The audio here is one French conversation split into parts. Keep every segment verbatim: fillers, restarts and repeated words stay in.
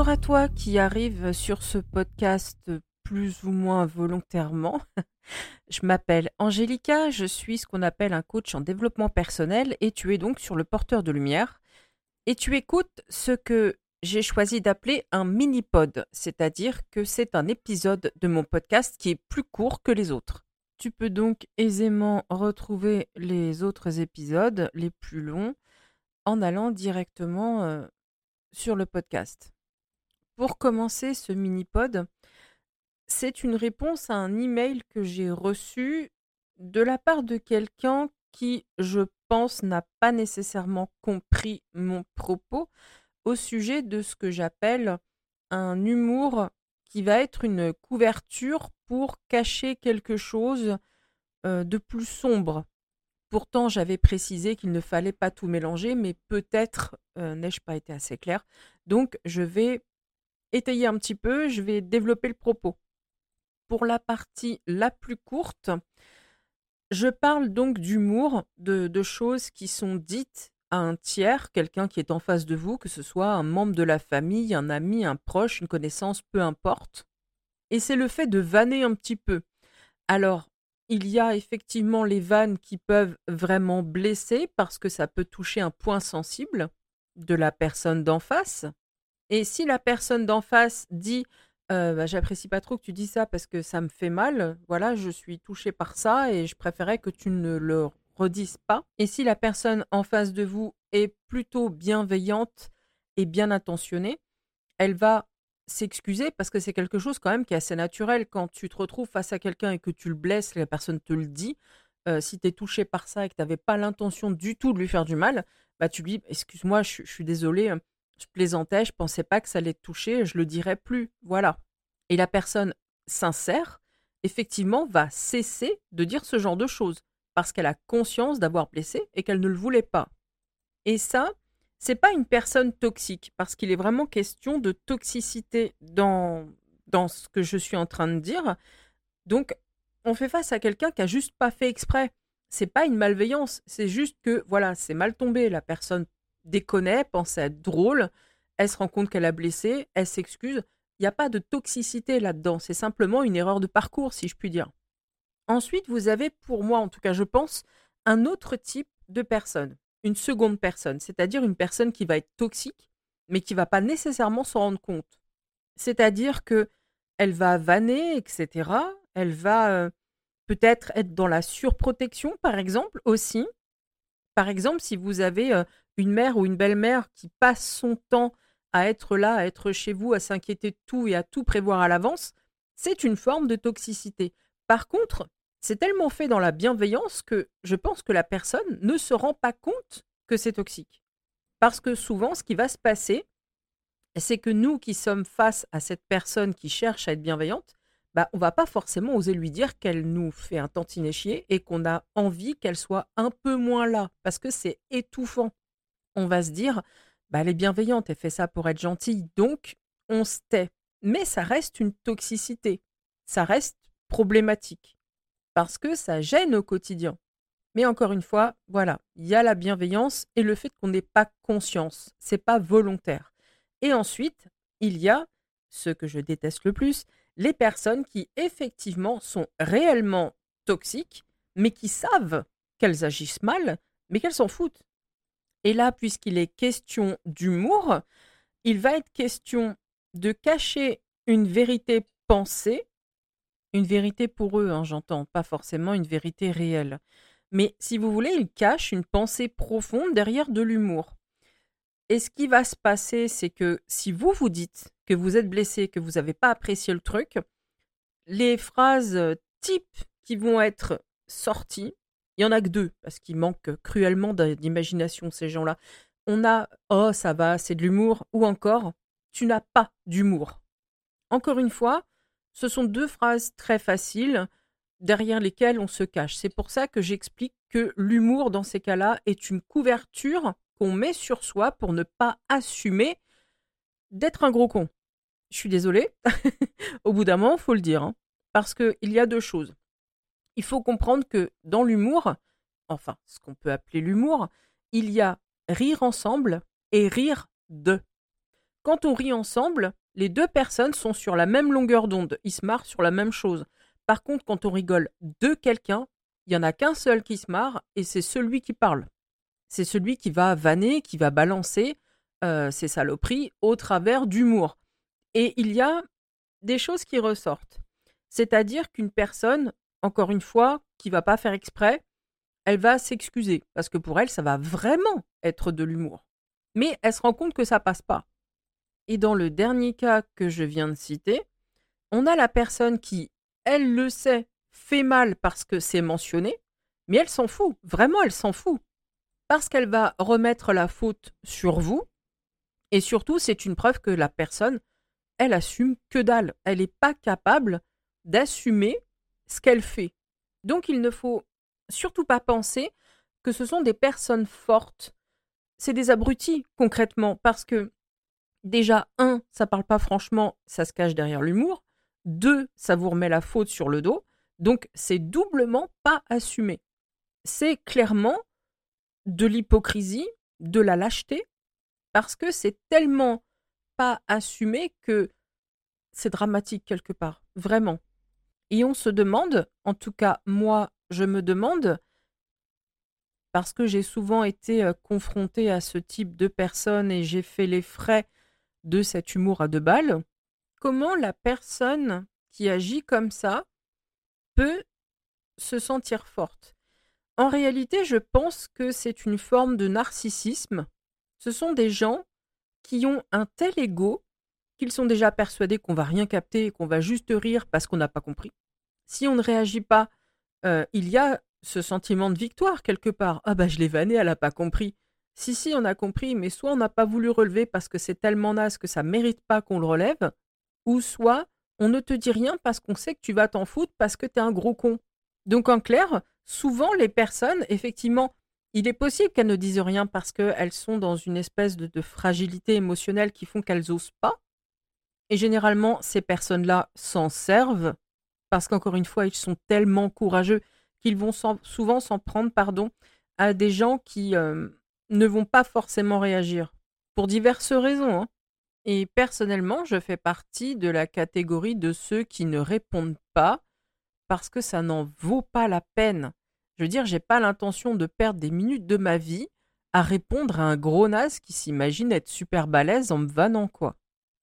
Bonjour à toi qui arrive sur ce podcast plus ou moins volontairement. Je m'appelle Angélica, je suis ce qu'on appelle un coach en développement personnel et tu es donc sur le porteur de lumière. Et tu écoutes ce que j'ai choisi d'appeler un mini-pod, c'est-à-dire que c'est un épisode de mon podcast qui est plus court que les autres. Tu peux donc aisément retrouver les autres épisodes, les plus longs, en allant directement euh, sur le podcast. Pour commencer ce mini-pod, c'est une réponse à un email que j'ai reçu de la part de quelqu'un qui, je pense, n'a pas nécessairement compris mon propos au sujet de ce que j'appelle un humour qui va être une couverture pour cacher quelque chose euh, de plus sombre. Pourtant, j'avais précisé qu'il ne fallait pas tout mélanger, mais peut-être euh, n'ai-je pas été assez claire. Donc, je vais étayer un petit peu, je vais développer le propos. Pour la partie la plus courte, je parle donc d'humour, de, de choses qui sont dites à un tiers, quelqu'un qui est en face de vous, que ce soit un membre de la famille, un ami, un proche, une connaissance, peu importe. Et c'est le fait de vanner un petit peu. Alors, il y a effectivement les vannes qui peuvent vraiment blesser parce que ça peut toucher un point sensible de la personne d'en face. Et si la personne d'en face dit euh, bah, j'apprécie pas trop que tu dis ça parce que ça me fait mal, voilà, je suis touchée par ça et je préférais que tu ne le redises pas. Et si la personne en face de vous est plutôt bienveillante et bien intentionnée, elle va s'excuser parce que c'est quelque chose quand même qui est assez naturel. Quand tu te retrouves face à quelqu'un et que tu le blesses, la personne te le dit, euh, si tu es touché par ça et que tu n'avais pas l'intention du tout de lui faire du mal, bah tu lui dis excuse-moi, je, je suis désolée, je plaisantais, je pensais pas que ça allait te toucher, je le dirai plus. Voilà. Et la personne sincère, effectivement, va cesser de dire ce genre de choses parce qu'elle a conscience d'avoir blessé et qu'elle ne le voulait pas. Et ça, c'est pas une personne toxique parce qu'il est vraiment question de toxicité dans, dans ce que je suis en train de dire. Donc, on fait face à quelqu'un qui a juste pas fait exprès. C'est pas une malveillance, c'est juste que voilà, c'est mal tombé. La personne déconne, pensait être drôle, elle se rend compte qu'elle a blessé, elle s'excuse. Il n'y a pas de toxicité là-dedans, c'est simplement une erreur de parcours, si je puis dire. Ensuite, vous avez, pour moi en tout cas, je pense, un autre type de personne, une seconde personne, c'est-à-dire une personne qui va être toxique, mais qui va pas nécessairement s'en rendre compte. C'est-à-dire que elle va vanner, et cetera. Elle va euh, peut-être être dans la surprotection, par exemple, aussi. Par exemple, si vous avez euh, une mère ou une belle-mère qui passe son temps à être là, à être chez vous, à s'inquiéter de tout et à tout prévoir à l'avance, c'est une forme de toxicité. Par contre, c'est tellement fait dans la bienveillance que je pense que la personne ne se rend pas compte que c'est toxique. Parce que souvent, ce qui va se passer, c'est que nous qui sommes face à cette personne qui cherche à être bienveillante, bah, on va pas forcément oser lui dire qu'elle nous fait un tantinet chier et qu'on a envie qu'elle soit un peu moins là, parce que c'est étouffant. On va se dire, bah, elle est bienveillante, elle fait ça pour être gentille, donc on se tait. Mais ça reste une toxicité, ça reste problématique, parce que ça gêne au quotidien. Mais encore une fois, voilà, il y a la bienveillance et le fait qu'on n'ait pas conscience, c'est pas volontaire. Et ensuite, il y a, ce que je déteste le plus, les personnes qui effectivement sont réellement toxiques, mais qui savent qu'elles agissent mal, mais qu'elles s'en foutent. Et là, puisqu'il est question d'humour, il va être question de cacher une vérité pensée, une vérité pour eux, hein, j'entends, pas forcément une vérité réelle. Mais si vous voulez, ils cachent une pensée profonde derrière de l'humour. Et ce qui va se passer, c'est que si vous vous dites que vous êtes blessé, que vous n'avez pas apprécié le truc, les phrases types qui vont être sorties, il y en a que deux, parce qu'ils manquent cruellement d'imagination, ces gens-là. On a « Oh, ça va, c'est de l'humour » ou encore « Tu n'as pas d'humour ». Encore une fois, ce sont deux phrases très faciles derrière lesquelles on se cache. C'est pour ça que j'explique que l'humour, dans ces cas-là, est une couverture qu'on met sur soi pour ne pas assumer d'être un gros con. Je suis désolée, au bout d'un moment, il faut le dire, hein, parce qu'il y a deux choses. Il faut comprendre que dans l'humour, enfin, ce qu'on peut appeler l'humour, il y a rire ensemble et rire de. Quand on rit ensemble, les deux personnes sont sur la même longueur d'onde. Ils se marrent sur la même chose. Par contre, quand on rigole de quelqu'un, il n'y en a qu'un seul qui se marre et c'est celui qui parle. C'est celui qui va vanner, qui va balancer euh, ses saloperies au travers d'humour. Et il y a des choses qui ressortent. C'est-à-dire qu'une personne, encore une fois, qui va pas faire exprès, elle va s'excuser. Parce que pour elle, ça va vraiment être de l'humour. Mais elle se rend compte que ça passe pas. Et dans le dernier cas que je viens de citer, on a la personne qui, elle le sait, fait mal parce que c'est mentionné, mais elle s'en fout. Vraiment, elle s'en fout. Parce qu'elle va remettre la faute sur vous. Et surtout, c'est une preuve que la personne, elle assume que dalle. Elle n'est pas capable d'assumer ce qu'elle fait. Donc, il ne faut surtout pas penser que ce sont des personnes fortes. C'est des abrutis, concrètement, parce que déjà, un, ça parle pas franchement, ça se cache derrière l'humour. Deux, ça vous remet la faute sur le dos. Donc, c'est doublement pas assumé. C'est clairement de l'hypocrisie, de la lâcheté, parce que c'est tellement pas assumé que c'est dramatique quelque part, vraiment. Et on se demande, en tout cas moi je me demande, parce que j'ai souvent été euh, confrontée à ce type de personnes et j'ai fait les frais de cet humour à deux balles, comment la personne qui agit comme ça peut se sentir forte. En réalité, je pense que c'est une forme de narcissisme. Ce sont des gens qui ont un tel ego qu'ils sont déjà persuadés qu'on va rien capter et qu'on va juste rire parce qu'on n'a pas compris. Si on ne réagit pas, euh, il y a ce sentiment de victoire quelque part. Ah bah je l'ai vanné, elle n'a pas compris. Si, si, on a compris, mais soit on n'a pas voulu relever parce que c'est tellement naze que ça ne mérite pas qu'on le relève, ou soit on ne te dit rien parce qu'on sait que tu vas t'en foutre parce que tu es un gros con. Donc en clair, souvent les personnes, effectivement, il est possible qu'elles ne disent rien parce qu'elles sont dans une espèce de, de fragilité émotionnelle qui font qu'elles n'osent pas. Et généralement, ces personnes-là s'en servent parce qu'encore une fois, ils sont tellement courageux qu'ils vont s'en- souvent s'en prendre pardon, à des gens qui euh, ne vont pas forcément réagir pour diverses raisons. Hein. Et personnellement, je fais partie de la catégorie de ceux qui ne répondent pas parce que ça n'en vaut pas la peine. Je veux dire, j'ai pas l'intention de perdre des minutes de ma vie à répondre à un gros naze qui s'imagine être super balèze en me vannant, quoi.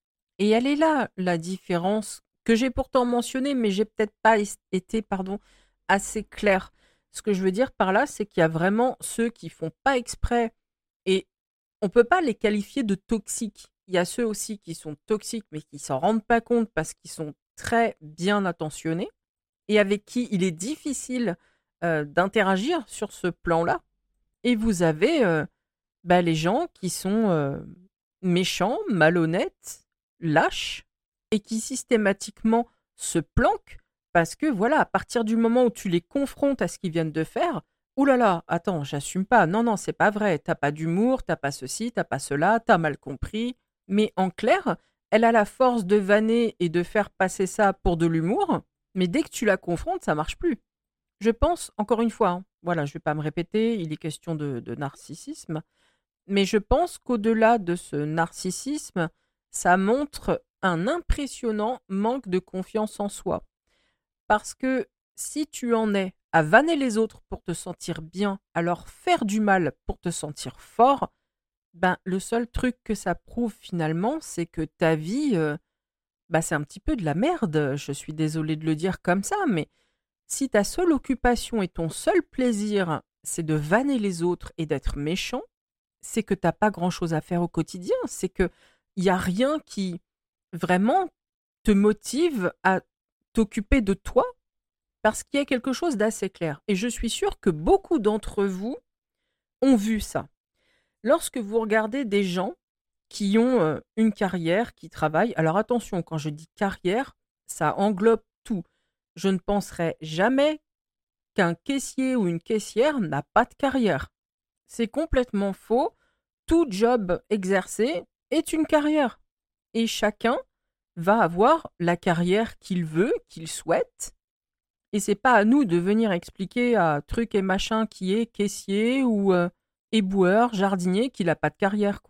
Et elle est là, la différence que j'ai pourtant mentionnée, mais j'ai peut-être pas es- été pardon, assez claire. Ce que je veux dire par là, c'est qu'il y a vraiment ceux qui font pas exprès et on peut pas les qualifier de toxiques. Il y a ceux aussi qui sont toxiques, mais qui s'en rendent pas compte parce qu'ils sont très bien intentionnés et avec qui il est difficile euh, d'interagir sur ce plan-là. Et vous avez euh, bah, les gens qui sont euh, méchants, malhonnêtes, lâches, et qui systématiquement se planquent parce que voilà, à partir du moment où tu les confrontes à ce qu'ils viennent de faire, ouh là là, attends, j'assume pas, non, non, c'est pas vrai, t'as pas d'humour, t'as pas ceci, t'as pas cela, t'as mal compris. Mais en clair, elle a la force de vanner et de faire passer ça pour de l'humour, mais dès que tu la confrontes, ça marche plus. Je pense, encore une fois, hein, voilà, je vais pas me répéter, il est question de, de narcissisme, mais je pense qu'au-delà de ce narcissisme, ça montre un impressionnant manque de confiance en soi. Parce que si tu en es à vanner les autres pour te sentir bien, à leur faire du mal pour te sentir fort, ben le seul truc que ça prouve finalement, c'est que ta vie, euh, bah, c'est un petit peu de la merde. Je suis désolée de le dire comme ça, mais si ta seule occupation et ton seul plaisir, c'est de vanner les autres et d'être méchant, c'est que t'as pas grand-chose à faire au quotidien. C'est que il y a rien qui vraiment te motive à t'occuper de toi parce qu'il y a quelque chose d'assez clair. Et je suis sûre que beaucoup d'entre vous ont vu ça. Lorsque vous regardez des gens qui ont euh, une carrière, qui travaillent, alors attention, quand je dis carrière, ça englobe tout. Je ne penserais jamais qu'un caissier ou une caissière n'a pas de carrière. C'est complètement faux. Tout job exercé est une carrière. Et chacun va avoir la carrière qu'il veut, qu'il souhaite. Et c'est pas à nous de venir expliquer à truc et machin qui est caissier ou euh, éboueur, jardinier qu'il n'a pas de carrière, quoi.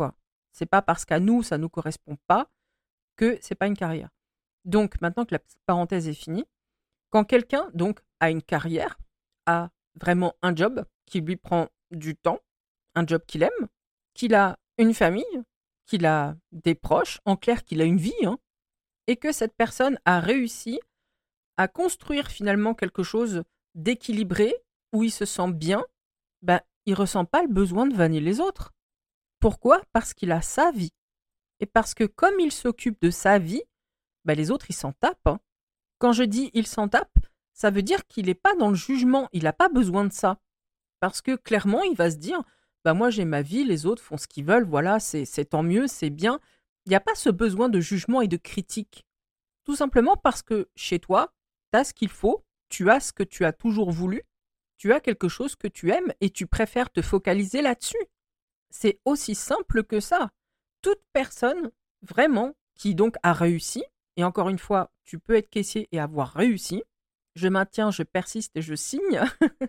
C'est pas parce qu'à nous, ça ne nous correspond pas que c'est pas une carrière. Donc, maintenant que la petite parenthèse est finie, quand quelqu'un donc a une carrière, a vraiment un job qui lui prend du temps, un job qu'il aime, qu'il a une famille, qu'il a des proches, en clair qu'il a une vie, hein, et que cette personne a réussi à construire finalement quelque chose d'équilibré, où il se sent bien, ben, il ressent pas le besoin de vanner les autres. Pourquoi? Parce qu'il a sa vie. Et parce que comme il s'occupe de sa vie, ben, les autres, ils s'en tapent, hein. Quand je dis il s'en tape, ça veut dire qu'il n'est pas dans le jugement, il n'a pas besoin de ça. Parce que clairement, il va se dire, bah moi j'ai ma vie, les autres font ce qu'ils veulent, voilà, c'est, c'est tant mieux, c'est bien. Il n'y a pas ce besoin de jugement et de critique. Tout simplement parce que chez toi, tu as ce qu'il faut, tu as ce que tu as toujours voulu, tu as quelque chose que tu aimes et tu préfères te focaliser là-dessus. C'est aussi simple que ça. Toute personne, vraiment, qui donc a réussi, et encore une fois, tu peux être caissier et avoir réussi. Je maintiens, je persiste et je signe.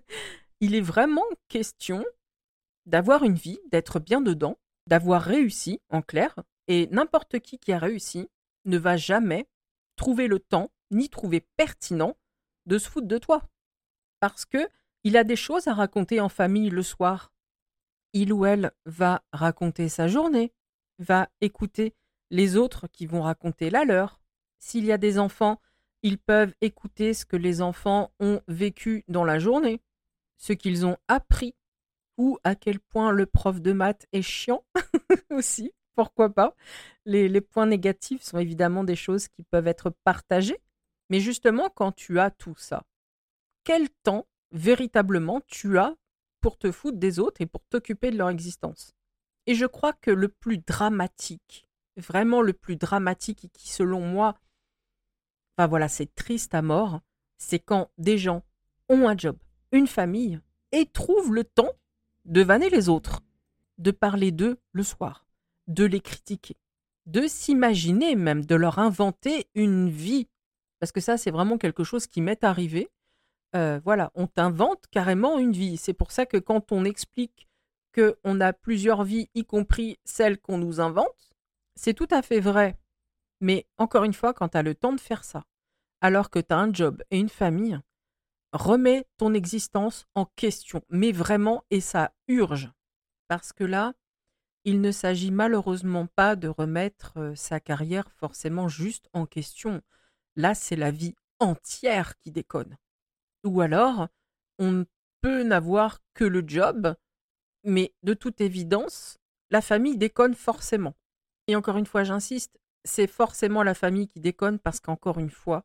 Il est vraiment question d'avoir une vie, d'être bien dedans, d'avoir réussi, en clair. Et n'importe qui qui a réussi ne va jamais trouver le temps, ni trouver pertinent de se foutre de toi. Parce que il a des choses à raconter en famille le soir. Il ou elle va raconter sa journée, va écouter les autres qui vont raconter la leur. S'il y a des enfants, ils peuvent écouter ce que les enfants ont vécu dans la journée, ce qu'ils ont appris, ou à quel point le prof de maths est chiant aussi, pourquoi pas. Les, les points négatifs sont évidemment des choses qui peuvent être partagées, mais justement, quand tu as tout ça, quel temps véritablement tu as pour te foutre des autres et pour t'occuper de leur existence? Et je crois que le plus dramatique, vraiment le plus dramatique et qui selon moi, enfin voilà, c'est triste à mort, c'est quand des gens ont un job, une famille, et trouvent le temps de vanner les autres, de parler d'eux le soir, de les critiquer, de s'imaginer même, de leur inventer une vie. Parce que ça, c'est vraiment quelque chose qui m'est arrivé. Euh, voilà, on t'invente carrément une vie. C'est pour ça que quand on explique qu'on a plusieurs vies, y compris celles qu'on nous invente, c'est tout à fait vrai. Mais encore une fois, quand tu as le temps de faire ça, alors que tu as un job et une famille, remets ton existence en question. Mais vraiment, et ça urge. Parce que là, il ne s'agit malheureusement pas de remettre euh, sa carrière forcément juste en question. Là, c'est la vie entière qui déconne. Ou alors, on ne peut n'avoir que le job, mais de toute évidence, la famille déconne forcément. Et encore une fois, j'insiste, c'est forcément la famille qui déconne parce qu'encore une fois,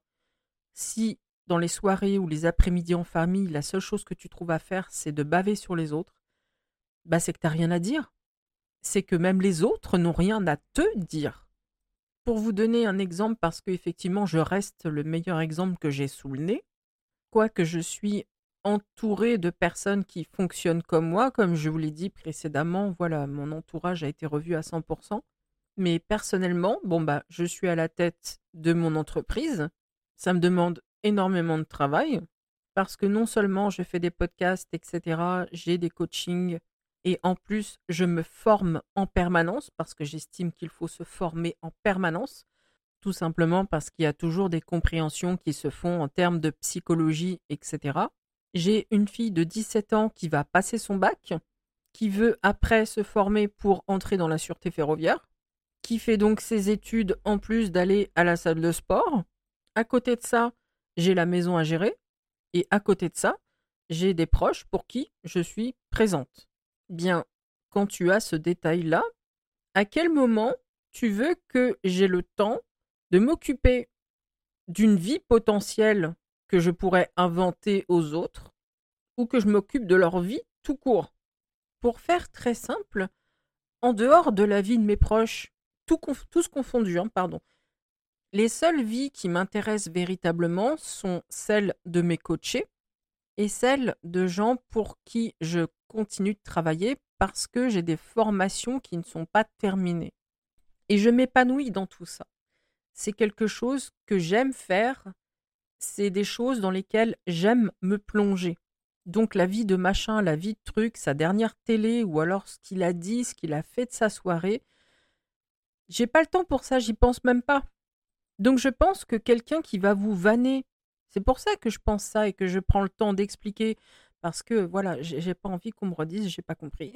si dans les soirées ou les après-midi en famille, la seule chose que tu trouves à faire, c'est de baver sur les autres, bah c'est que tu n'as rien à dire. C'est que même les autres n'ont rien à te dire. Pour vous donner un exemple, parce qu'effectivement, je reste le meilleur exemple que j'ai sous le nez, quoique je suis entourée de personnes qui fonctionnent comme moi, comme je vous l'ai dit précédemment, voilà, mon entourage a été revu à cent pour cent. Mais personnellement, bon bah, je suis à la tête de mon entreprise. Ça me demande énormément de travail parce que non seulement je fais des podcasts, et cetera, j'ai des coachings et en plus, je me forme en permanence parce que j'estime qu'il faut se former en permanence. Tout simplement parce qu'il y a toujours des compréhensions qui se font en termes de psychologie, et cetera. J'ai une fille de dix-sept ans qui va passer son bac, qui veut après se former pour entrer dans la sûreté ferroviaire, qui fait donc ses études en plus d'aller à la salle de sport. À côté de ça, j'ai la maison à gérer. Et à côté de ça, j'ai des proches pour qui je suis présente. Bien, quand tu as ce détail-là, à quel moment tu veux que j'ai le temps de m'occuper d'une vie potentielle que je pourrais inventer aux autres ou que je m'occupe de leur vie tout court? Pour faire très simple, en dehors de la vie de mes proches, tout conf- tous confondus, hein, pardon, les seules vies qui m'intéressent véritablement sont celles de mes coachés et celles de gens pour qui je continue de travailler parce que j'ai des formations qui ne sont pas terminées. Et je m'épanouis dans tout ça. C'est quelque chose que j'aime faire, c'est des choses dans lesquelles j'aime me plonger. Donc la vie de machin, la vie de truc, sa dernière télé ou alors ce qu'il a dit, ce qu'il a fait de sa soirée, J'ai pas le temps pour ça, j'y pense même pas. Donc je pense que quelqu'un qui va vous vanner, c'est pour ça que je pense ça et que je prends le temps d'expliquer, parce que voilà, j'ai j'ai pas envie qu'on me redise, j'ai pas compris.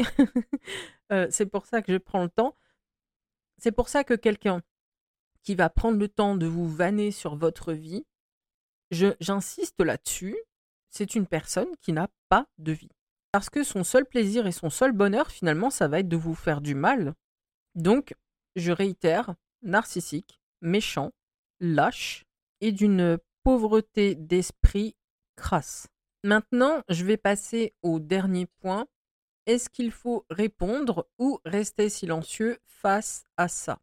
Euh, c'est pour ça que je prends le temps. C'est pour ça que quelqu'un qui va prendre le temps de vous vanner sur votre vie, je- j'insiste là-dessus, c'est une personne qui n'a pas de vie. Parce que son seul plaisir et son seul bonheur, finalement, ça va être de vous faire du mal. Donc, je réitère, narcissique, méchant, lâche et d'une pauvreté d'esprit crasse. Maintenant, je vais passer au dernier point. Est-ce qu'il faut répondre ou rester silencieux face à ça?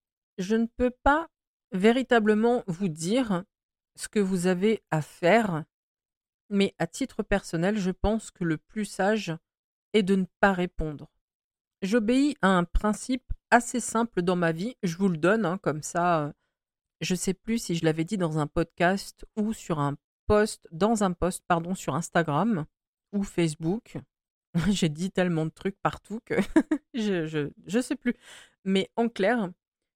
Je ne peux pas véritablement vous dire ce que vous avez à faire, mais à titre personnel, je pense que le plus sage est de ne pas répondre. J'obéis à un principe assez simple dans ma vie, je vous le donne, hein, comme ça, euh, je sais plus si je l'avais dit dans un podcast ou sur un post, dans un post, pardon, sur Instagram ou Facebook. J'ai dit tellement de trucs partout que je, je, je sais plus. Mais en clair,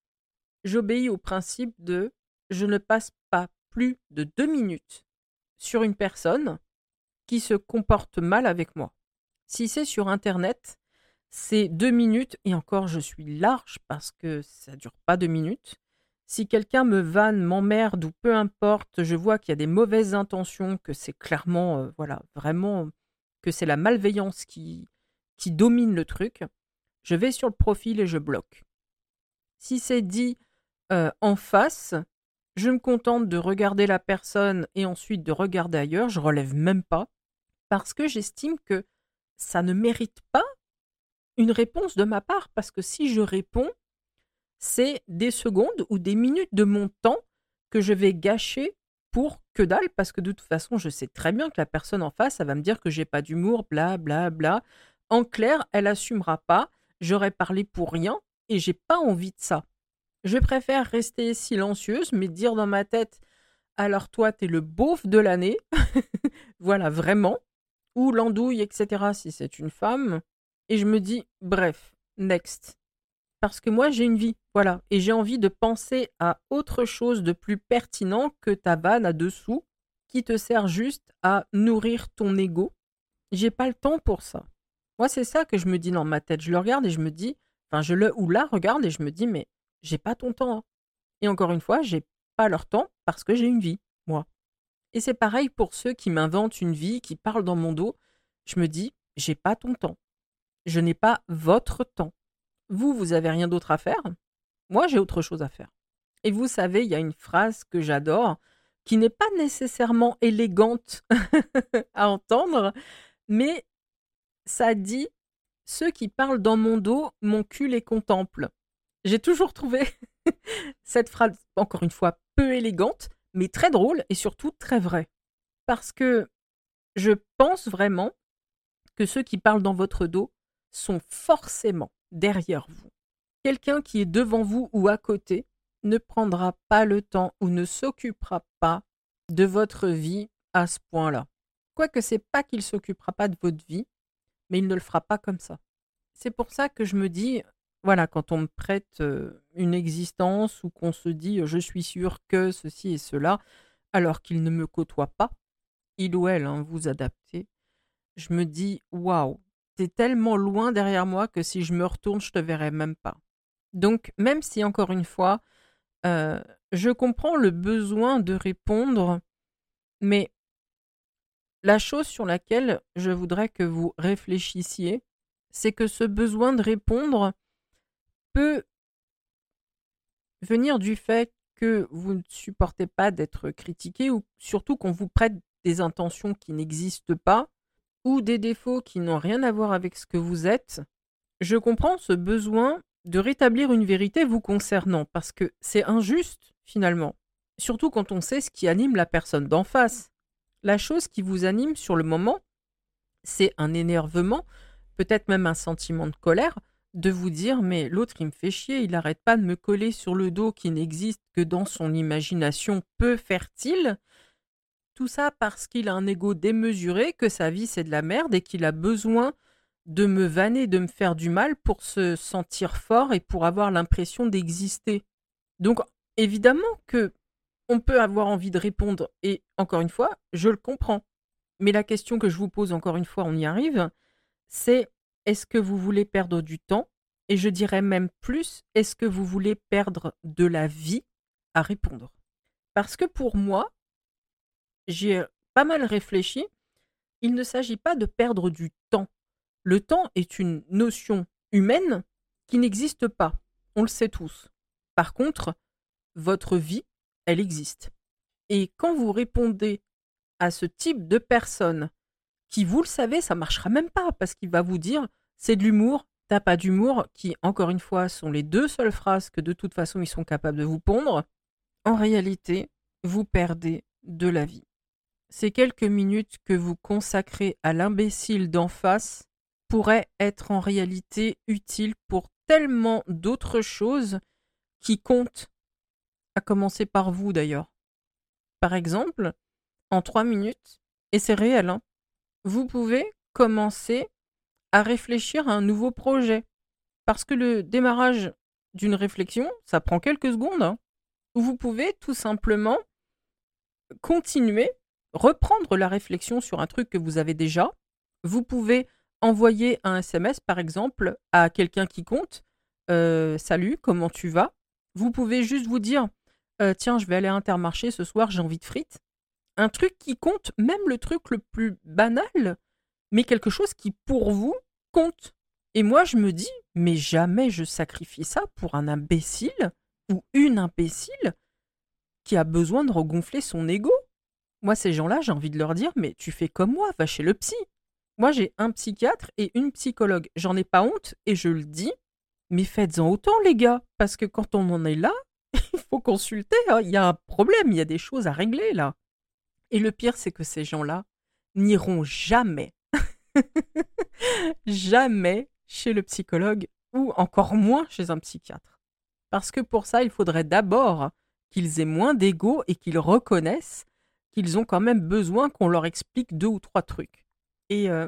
j'obéis au principe de je ne passe pas plus de deux minutes sur une personne qui se comporte mal avec moi. Si c'est sur Internet, c'est deux minutes, et encore je suis large parce que ça dure pas deux minutes. Si quelqu'un me vanne, m'emmerde ou peu importe, je vois qu'il y a des mauvaises intentions, que c'est clairement, euh, voilà, vraiment, que c'est la malveillance qui, qui domine le truc, je vais sur le profil et je bloque. Si c'est dit euh, en face, je me contente de regarder la personne et ensuite de regarder ailleurs, je relève même pas, parce que j'estime que ça ne mérite pas une réponse de ma part, parce que si je réponds, c'est des secondes ou des minutes de mon temps que je vais gâcher pour que dalle, parce que de toute façon, je sais très bien que la personne en face, elle va me dire que j'ai pas d'humour, bla bla bla. En clair, elle assumera pas, j'aurais parlé pour rien et j'ai pas envie de ça. Je préfère rester silencieuse, mais dire dans ma tête, alors toi, t'es le beauf de l'année, voilà, vraiment, ou l'andouille, et cetera, si c'est une femme. Et je me dis, bref, next. Parce que moi, j'ai une vie, voilà. Et j'ai envie de penser à autre chose de plus pertinent que ta vanne à dessous, qui te sert juste à nourrir ton ego. J'ai pas le temps pour ça. Moi, c'est ça que je me dis dans ma tête. Je le regarde et je me dis, enfin, je le ou la regarde et je me dis, mais j'ai pas ton temps, hein. Et encore une fois, j'ai pas leur temps parce que j'ai une vie, moi. Et c'est pareil pour ceux qui m'inventent une vie, qui parlent dans mon dos. Je me dis, j'ai pas ton temps. Je n'ai pas votre temps. Vous, vous avez rien d'autre à faire. Moi, j'ai autre chose à faire. Et vous savez, il y a une phrase que j'adore, qui n'est pas nécessairement élégante à entendre, mais ça dit: ceux qui parlent dans mon dos, mon cul les contemple. J'ai toujours trouvé cette phrase, encore une fois, peu élégante, mais très drôle et surtout très vraie. Parce que je pense vraiment que ceux qui parlent dans votre dos sont forcément derrière vous. Quelqu'un qui est devant vous ou à côté ne prendra pas le temps ou ne s'occupera pas de votre vie à ce point-là. Quoique c'est pas qu'il s'occupera pas de votre vie, mais il ne le fera pas comme ça. C'est pour ça que je me dis, voilà, quand on me prête euh, une existence ou qu'on se dit euh, je suis sûr que ceci et cela, alors qu'il ne me côtoie pas, il ou elle, hein, vous adaptez, je me dis waouh, t'es tellement loin derrière moi que si je me retourne, je te verrai même pas. Donc, même si encore une fois, euh, je comprends le besoin de répondre, mais la chose sur laquelle je voudrais que vous réfléchissiez, c'est que ce besoin de répondre peut venir du fait que vous ne supportez pas d'être critiqué ou surtout qu'on vous prête des intentions qui n'existent pas ou des défauts qui n'ont rien à voir avec ce que vous êtes. Je comprends ce besoin de rétablir une vérité vous concernant parce que c'est injuste finalement, surtout quand on sait ce qui anime la personne d'en face. La chose qui vous anime sur le moment, c'est un énervement, peut-être même un sentiment de colère, de vous dire mais l'autre il me fait chier, il n'arrête pas de me coller sur le dos qui n'existe que dans son imagination peu fertile. Tout ça parce qu'il a un ego démesuré, que sa vie c'est de la merde et qu'il a besoin de me vanner, de me faire du mal pour se sentir fort et pour avoir l'impression d'exister. Donc, évidemment que on peut avoir envie de répondre et encore une fois, je le comprends. Mais la question que je vous pose encore une fois, on y arrive, c'est est-ce que vous voulez perdre du temps? Et je dirais même plus, est-ce que vous voulez perdre de la vie à répondre? Parce que pour moi, j'ai pas mal réfléchi, il ne s'agit pas de perdre du temps. Le temps est une notion humaine qui n'existe pas. On le sait tous. Par contre, votre vie, elle existe. Et quand vous répondez à ce type de personne qui, vous le savez, ça marchera même pas parce qu'il va vous dire c'est de l'humour, t'as pas d'humour, qui, encore une fois, sont les deux seules phrases que de toute façon ils sont capables de vous pondre, en réalité, vous perdez de la vie. Ces quelques minutes que vous consacrez à l'imbécile d'en face pourraient être en réalité utiles pour tellement d'autres choses qui comptent, à commencer par vous d'ailleurs. Par exemple, en trois minutes, et c'est réel, hein, vous pouvez commencer à réfléchir à un nouveau projet. Parce que le démarrage d'une réflexion, ça prend quelques secondes, hein, où vous pouvez tout simplement continuer, reprendre la réflexion sur un truc que vous avez déjà. Vous pouvez envoyer un S M S, par exemple, à quelqu'un qui compte. Euh, Salut, comment tu vas? Vous pouvez juste vous dire euh, tiens, je vais aller à Intermarché ce soir, j'ai envie de frites. Un truc qui compte, même le truc le plus banal, mais quelque chose qui, pour vous, compte. Et moi, je me dis, mais jamais je sacrifie ça pour un imbécile ou une imbécile qui a besoin de regonfler son ego. Moi, ces gens-là, j'ai envie de leur dire, mais tu fais comme moi, va chez le psy. Moi, j'ai un psychiatre et une psychologue. J'en ai pas honte et je le dis, mais faites-en autant, les gars, parce que quand on en est là, il faut consulter, hein. Il y a un problème, il y a des choses à régler, là. Et le pire, c'est que ces gens-là n'iront jamais, jamais chez le psychologue ou encore moins chez un psychiatre. Parce que pour ça, il faudrait d'abord qu'ils aient moins d'ego et qu'ils reconnaissent qu'ils ont quand même besoin qu'on leur explique deux ou trois trucs. Et euh,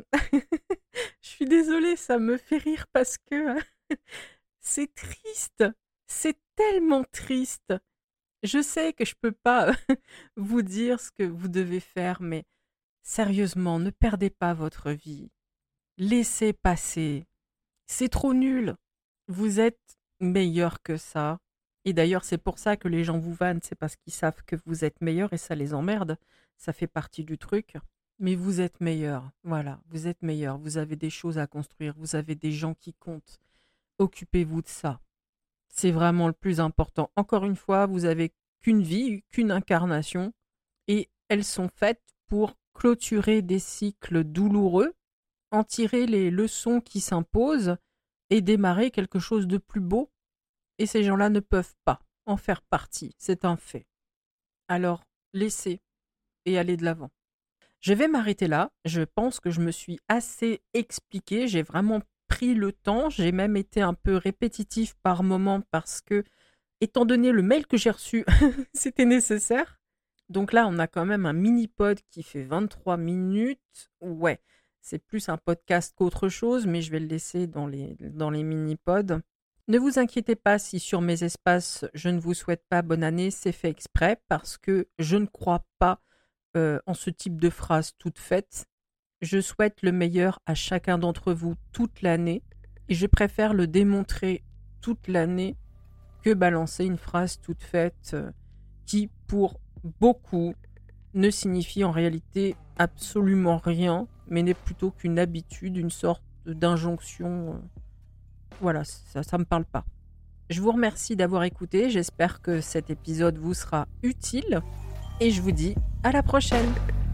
je suis désolée, ça me fait rire parce que c'est triste. C'est tellement triste. Je sais que je peux pas vous dire ce que vous devez faire, mais sérieusement, ne perdez pas votre vie. Laissez passer. C'est trop nul. Vous êtes meilleur que ça. Et d'ailleurs, c'est pour ça que les gens vous vannent, c'est parce qu'ils savent que vous êtes meilleur et ça les emmerde. Ça fait partie du truc. Mais vous êtes meilleur. Voilà, vous êtes meilleur. Vous avez des choses à construire. Vous avez des gens qui comptent. Occupez-vous de ça. C'est vraiment le plus important. Encore une fois, vous avez qu'une vie, qu'une incarnation. Et elles sont faites pour clôturer des cycles douloureux, en tirer les leçons qui s'imposent et démarrer quelque chose de plus beau. Et ces gens-là ne peuvent pas en faire partie. C'est un fait. Alors, laissez et allez de l'avant. Je vais m'arrêter là. Je pense que je me suis assez expliquée. J'ai vraiment pris le temps. J'ai même été un peu répétitif par moment parce que, étant donné le mail que j'ai reçu, c'était nécessaire. Donc là, on a quand même un mini-pod qui fait vingt-trois minutes. Ouais, c'est plus un podcast qu'autre chose, mais je vais le laisser dans les, dans les mini-pods. Ne vous inquiétez pas si sur mes espaces, je ne vous souhaite pas bonne année, c'est fait exprès parce que je ne crois pas euh, en ce type de phrase toute faite. Je souhaite le meilleur à chacun d'entre vous toute l'année et je préfère le démontrer toute l'année que balancer une phrase toute faite euh, qui, pour beaucoup, ne signifie en réalité absolument rien, mais n'est plutôt qu'une habitude, une sorte d'injonction. Euh, voilà, ça ne me parle pas. Je vous remercie d'avoir écouté, j'espère que cet épisode vous sera utile et je vous dis à la prochaine.